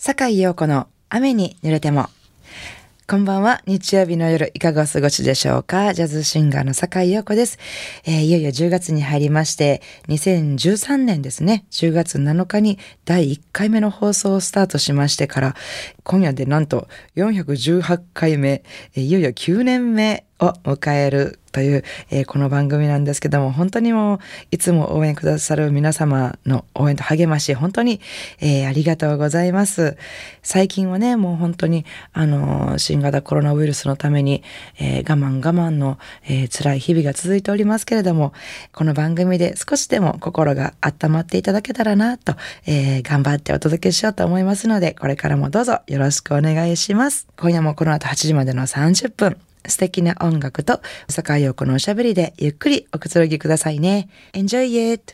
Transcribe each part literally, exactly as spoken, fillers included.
坂井陽子の雨に濡れても。こんばんは。日曜日の夜いかがお過ごしでしょうか。ジャズシンガーの坂井陽子です。えー、いよいよじゅうがつに入りましてにせんじゅうさんねんですね。じゅうがつなのかにだいいっかいめの放送をスタートしましてから今夜でなんとよんひゃくじゅうはちかいめ、えー、いよいよきゅうねんめを迎えるという、えー、この番組なんですけども、本当にもういつも応援くださる皆様の応援と励まし本当に、えー、ありがとうございます。最近はねもう本当にあのー、新型コロナウイルスのために、えー、我慢我慢の、えー、辛い日々が続いておりますけれども、この番組で少しでも心が温まっていただけたらなと、えー、頑張ってお届けしようと思いますので、これからもどうぞよろしくお願いします。今夜もこの後はちじまでのさんじゅっぷん、素敵な音楽と坂井陽子のおしゃべりでゆっくりおくつろぎくださいね。 Enjoy it。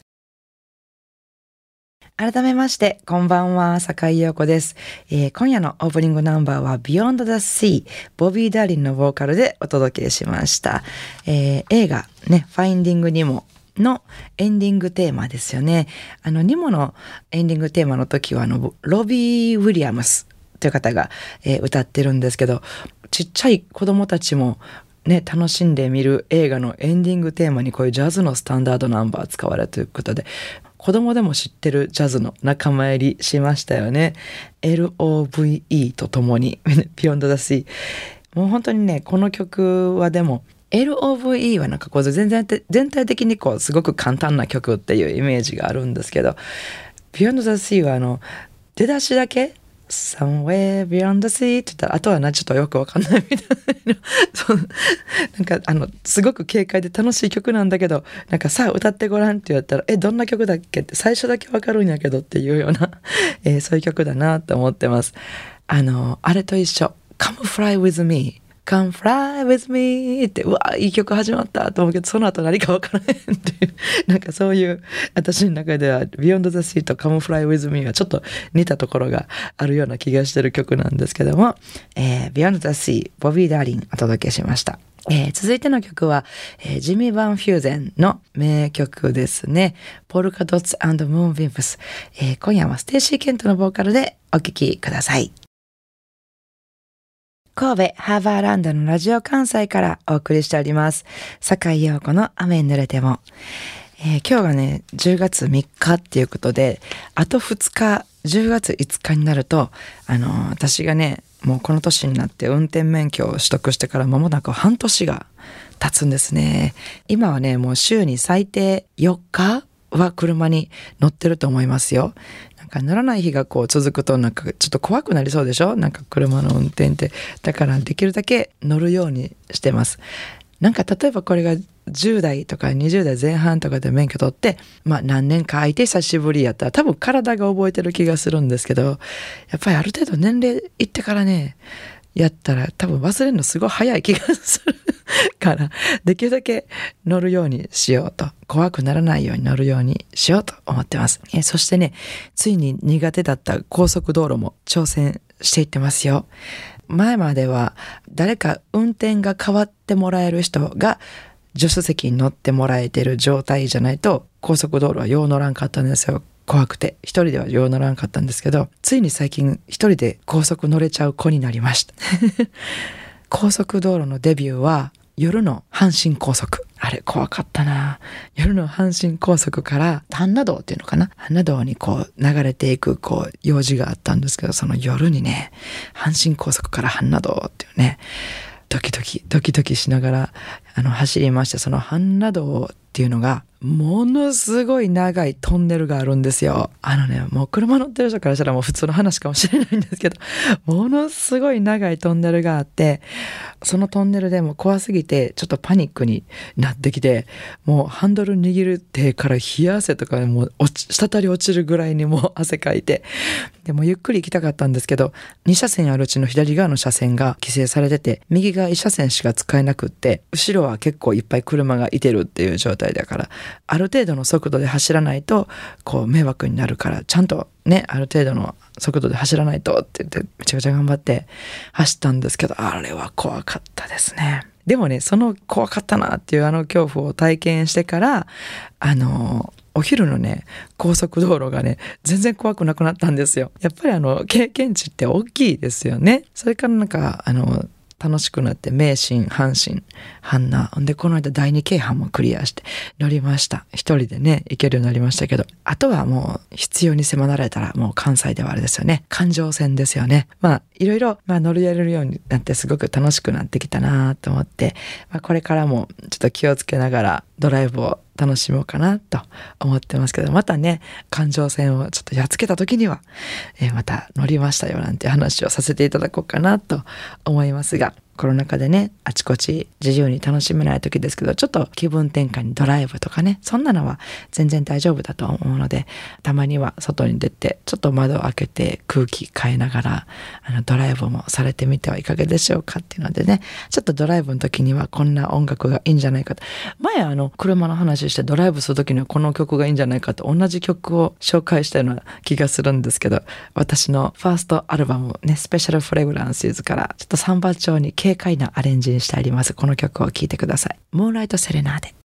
改めましてこんばんは、坂井陽子です。えー、今夜のオープニングナンバーは Beyond the Sea、 ボビー・ダーリンのボーカルでお届けしました。えー、映画ねファインディングニモのエンディングテーマですよね。あのニモのエンディングテーマの時はあのロビー・ウィリアムスという方が、えー、歌ってるんですけど、ちっちゃい子供たちもね楽しんで見る映画のエンディングテーマにこういうジャズのスタンダードナンバー使われるということで、子供でも知ってるジャズの仲間入りしましたよね。 エルオーブイイー とともにBeyond the Sea。 もう本当にねこの曲はでも エルオーブイイー はなんかこう全然全体的にこうすごく簡単な曲っていうイメージがあるんですけど、 Beyond the Sea はあの出だしだけSomewhere Beyond the Sea って言ったらあとはなちょっとよくわかんないみたいなそうなんかあのすごく軽快で楽しい曲なんだけど、なんかさあ歌ってごらんって言ったらえどんな曲だっけって最初だけわかるんやけどっていうような、えー、そういう曲だなと思ってます。あのあれと一緒 Come Fly With Me Come Fly With Me ってうわいい曲始まったと思うけど、その後何か分からへんっていうなんかそういう私の中では Beyond the Sea と Come Fly With Me はちょっと似たところがあるような気がしてる曲なんですけども、えー、Beyond the Sea ボビー・ダーリンお届けしました。えー、続いての曲は、えー、ジミー・バン・フューゼンの名曲ですね。ポルカ・ドッツ・アンド・ムーン・ウィンプス、えー、今夜はステイシー・ケントのボーカルでお聴きください。神戸ハーバーランドのラジオ関西からお送りしております坂井陽子の雨に濡れても、えー、今日がねじゅうがつみっかっていうことで、あとふつかじゅうがついつかになるとあのー、私がねもうこの年になって運転免許を取得してから間もなく半年が経つんですね。今はねもう週に最低よっかは車に乗ってると思いますよ。なんか乗らない日がこう続くとなんかちょっと怖くなりそうでしょ、なんか車の運転って。だからできるだけ乗るようにしてます。なんか例えばこれがじゅうだいとかにじゅうだいぜん半とかで免許取ってまあ何年か空いて久しぶりやったら多分体が覚えてる気がするんですけど、やっぱりある程度年齢いってからねやったら多分忘れるのすごい早い気がするからできるだけ乗るようにしようと、怖くならないように乗るようにしようと思ってます。えそしてねついに苦手だった高速道路も挑戦していってますよ。前までは誰か運転が変わってもらえる人が助手席に乗ってもらえてる状態じゃないと高速道路はよう乗らんかったんですよ。怖くて一人ではよう乗らんかったんですけど、ついに最近一人で高速乗れちゃう子になりました高速道路のデビューは夜の阪神高速、あれ怖かったな。夜の阪神高速から阪奈道っていうのかな、阪奈道にこう流れていくこう用事があったんですけど、その夜にね阪神高速から阪奈道っていうねドキドキドキドキしながらあの走りました。その阪奈道っていうのがものすごい長いトンネルがあるんですよ。あのねもう車乗ってる人からしたらもう普通の話かもしれないんですけど、ものすごい長いトンネルがあって、そのトンネルでも怖すぎてちょっとパニックになってきて、もうハンドル握る手から冷や汗とかもう落ち滴り落ちるぐらいにもう汗かいて、でもゆっくり行きたかったんですけどに車線あるうちの左側の車線が規制されてて右側いち車線しか使えなくって、後ろは結構いっぱい車がいてるっていう状態だからある程度の速度で走らないとこう迷惑になるから、ちゃんとねある程度の速度で走らないとって言ってめちゃめちゃ頑張って走ったんですけど、あれは怖かったですね。でもね、その怖かったなっていうあの恐怖を体験してから、あのお昼のね高速道路がね全然怖くなくなったんですよ。やっぱりあの経験値って大きいですよね。それからなんかあの楽しくなって名神、阪神、阪南でこの間だいに京阪もクリアして乗りました。一人でね行けるようになりましたけど、あとはもう必要に迫られたらもう関西ではあれですよね、環状線ですよね。まあいろいろ、まあ、乗りやれるようになってすごく楽しくなってきたなと思って、まあ、これからもちょっと気をつけながらドライブを楽しもうかなと思ってますけど、またね環状線をちょっとやっつけた時には、えー、また乗りましたよなんて話をさせていただこうかなと思いますが、コロナ禍でねあちこち自由に楽しめない時ですけど、ちょっと気分転換にドライブとかね、そんなのは全然大丈夫だと思うので、たまには外に出てちょっと窓を開けて空気変えながらあのドライブもされてみてはいかがでしょうかっていうのでね、ちょっとドライブの時にはこんな音楽がいいんじゃないかと。前あの車の話してドライブする時にはこの曲がいいんじゃないかと同じ曲を紹介したような気がするんですけど、私のファーストアルバムね、スペシャルフレグランシーズからちょっとサンバ調に軽快なアレンジにしてあります。この曲を聴いてください。ムーンライトセレナーデ。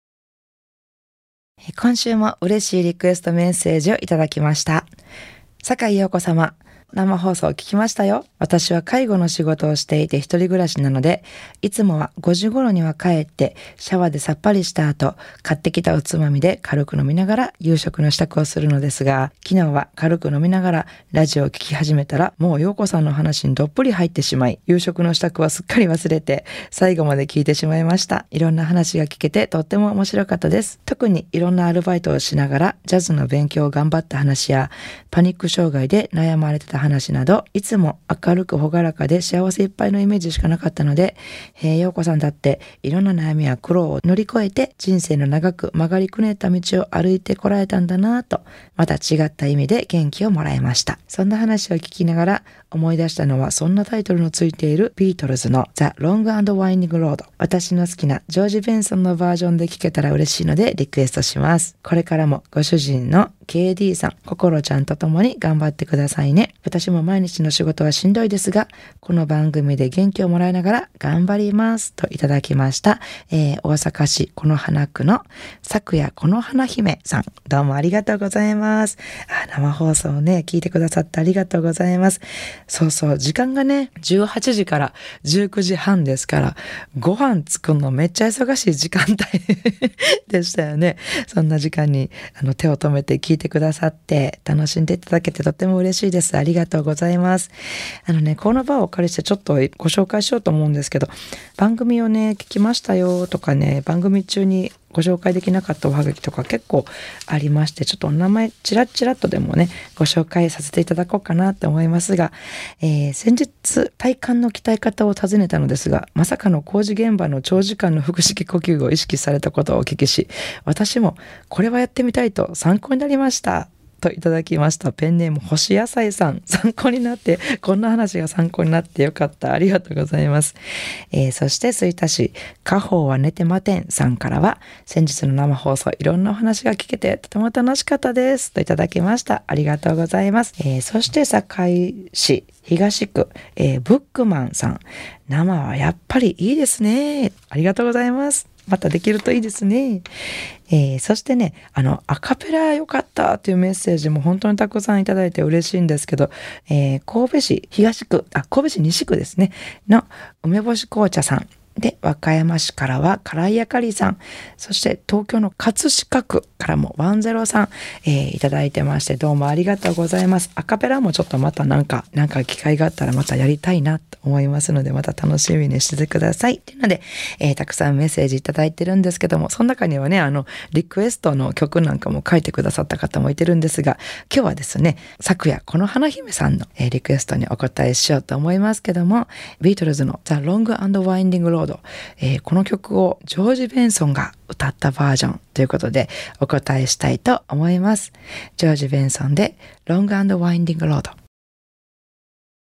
今週も嬉しいリクエストメッセージをいただきました。酒井陽子様、生放送を聞きましたよ。私は介護の仕事をしていて一人暮らしなので、いつもはごじ頃には帰ってシャワーでさっぱりした後、買ってきたおつまみで軽く飲みながら夕食の支度をするのですが、昨日は軽く飲みながらラジオを聞き始めたら、もう陽子さんの話にどっぷり入ってしまい、夕食の支度はすっかり忘れて最後まで聞いてしまいました。いろんな話が聞けてとっても面白かったです。特にいろんなアルバイトをしながらジャズの勉強を頑張った話や、パニック障害で悩まれてた話など、いつも明るく朗らかで幸せいっぱいのイメージしかなかったので、えー、陽子さんだっていろんな悩みや苦労を乗り越えて人生の長く曲がりくねった道を歩いてこられたんだなぁと、また違った意味で元気をもらいました。そんな話を聞きながら思い出したのは、そんなタイトルのついているビートルズの The Long and Winding Road。 私の好きなジョージ・ベンソンのバージョンで聴けたら嬉しいのでリクエストします。これからもご主人の ケーディー さん、心ちゃんと共に頑張ってくださいね。私も毎日の仕事はしんどいですが、この番組で元気をもらいながら頑張りますといただきました。えー、大阪市此花区の昨夜この花姫さん、どうもありがとうございます。あ、生放送をね聞いてくださってありがとうございます。そうそう、時間がねじゅうはちじからじゅうくじはんですから、ご飯作るのめっちゃ忙しい時間帯でしたよね。そんな時間にあの手を止めて聞いてくださって楽しんでいただけてとっても嬉しいです。ありがとうございます。あのね、この場をお借りしてちょっとご紹介しようと思うんですけど、番組をね聞きましたよとかね、番組中にご紹介できなかったおはがきとか結構ありまして、ちょっとお名前チラッチラッとでもねご紹介させていただこうかなと思いますが、えー、先日体幹の鍛え方を尋ねたのですが、まさかの工事現場の長時間の腹式呼吸を意識されたことをお聞きし、私もこれはやってみたいと参考になりましたといただきました。ペンネーム星野菜さん、参考になって、こんな話が参考になってよかった、ありがとうございます。えー、そして吹田市家宝は寝てまてんさんからは、先日の生放送いろんなお話が聞けてとても楽しかったですといただきました。ありがとうございます。えー、そして堺市東区、えー、ブックマンさん、生はやっぱりいいですね、ありがとうございます。またできるといいですね。えー、そしてね、あのアカペラ良かったというメッセージも本当にたくさんいただいて嬉しいんですけど、えー、神戸市東区、あ、神戸市西区ですねの梅干し紅茶さんで、和歌山市からは唐井あかりさん、そして東京の葛飾区からもワンゼロさん、えー、いただいてまして、どうもありがとうございます。アカペラもちょっとまたなんかなんか機会があったらまたやりたいなと思いますので、また楽しみにしててくださいっていうので、えー、たくさんメッセージいただいてるんですけども、その中にはね、あのリクエストの曲なんかも書いてくださった方もいてるんですが、今日はですね、昨夜この花姫さんの、えー、リクエストにお答えしようと思いますけども、ビートルズの The Long and Winding Road、えー、この曲をジョージ・ベンソンが歌ったバージョンということでお答えしたいと思います。ジョージ・ベンソンで Long and Winding Road。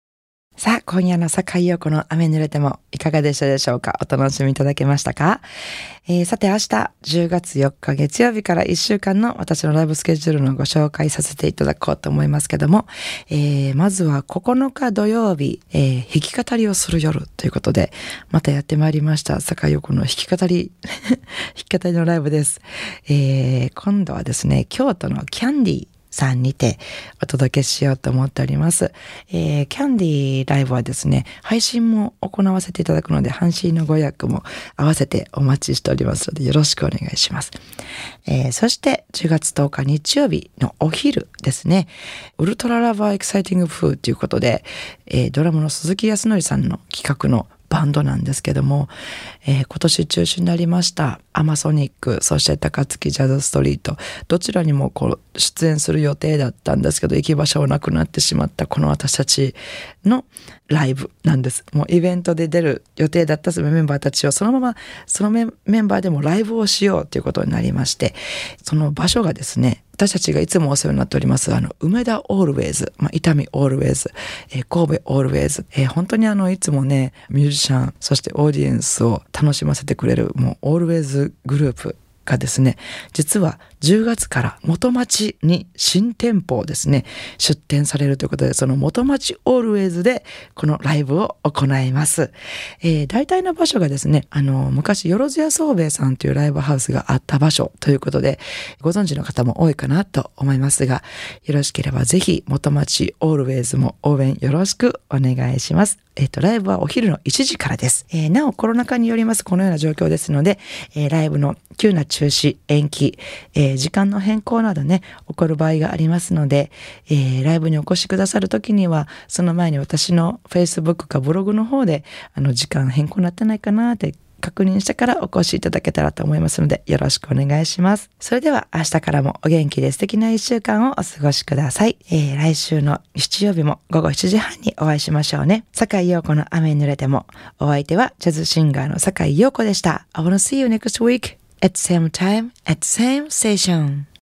さあ、今夜の坂井陽子の雨濡れてもいかがでしたでしょうか。お楽しみいただけましたか。えー、さて明日じゅうがつよっか月曜日からいっしゅうかんの私のライブスケジュールのご紹介させていただこうと思いますけども、えー、まずはここのか土曜日、えー、弾き語りをする夜ということでまたやってまいりました。坂井陽子の弾き語り弾き語りのライブです。えー、今度はですね、京都のキャンディーさんにてお届けしようと思っております。えー、キャンディーライブはですね、配信も行わせていただくので、配信のご予約も合わせてお待ちしておりますので、よろしくお願いします。えー、そしてじゅうがつとおか日曜日のお昼ですね、ウルトララバーエキサイティングフーということで、えー、ドラムの鈴木康則さんの企画のバンドなんですけども、えー、今年中止になりましたアマソニック、そして高槻ジャズストリート、どちらにもこう出演する予定だったんですけど、行き場所がなくなってしまったこの私たちのライブなんです。もうイベントで出る予定だったメンバーたちをそのままそのメンバーでもライブをしようということになりまして、その場所がですね、私たちがいつもお世話になっておりますあの梅田オールウェイズ、まあ、伊丹オールウェイズ、えー、神戸オールウェイズ、えー、本当にあのいつもねミュージシャンそしてオーディエンスを楽しませてくれるもうオールウェイズグループがですね、実はじゅうがつから元町に新店舗をですね出店されるということで、その元町オールウェイズでこのライブを行います。えー、大体の場所がですね、あの昔よろずや宗兵衛さんというライブハウスがあった場所ということで、ご存知の方も多いかなと思いますが、よろしければぜひ元町オールウェイズも応援よろしくお願いします。えっと、ライブはお昼のいちじからです。えー、なおコロナ禍によりますこのような状況ですので、えー、ライブの急な中止、延期、えー、時間の変更などね、起こる場合がありますので、えー、ライブにお越しくださるときには、その前に私の Facebook かブログの方で、あの、時間変更になってないかなって確認してからお越しいただけたらと思いますので、よろしくお願いします。それでは明日からもお元気で素敵な一週間をお過ごしください。えー、来週の日曜日も午後しちじはんにお会いしましょうね。坂井陽子の雨に濡れても。お相手はジャズシンガーの坂井陽子でした。I wanna see you next week at same time at same station.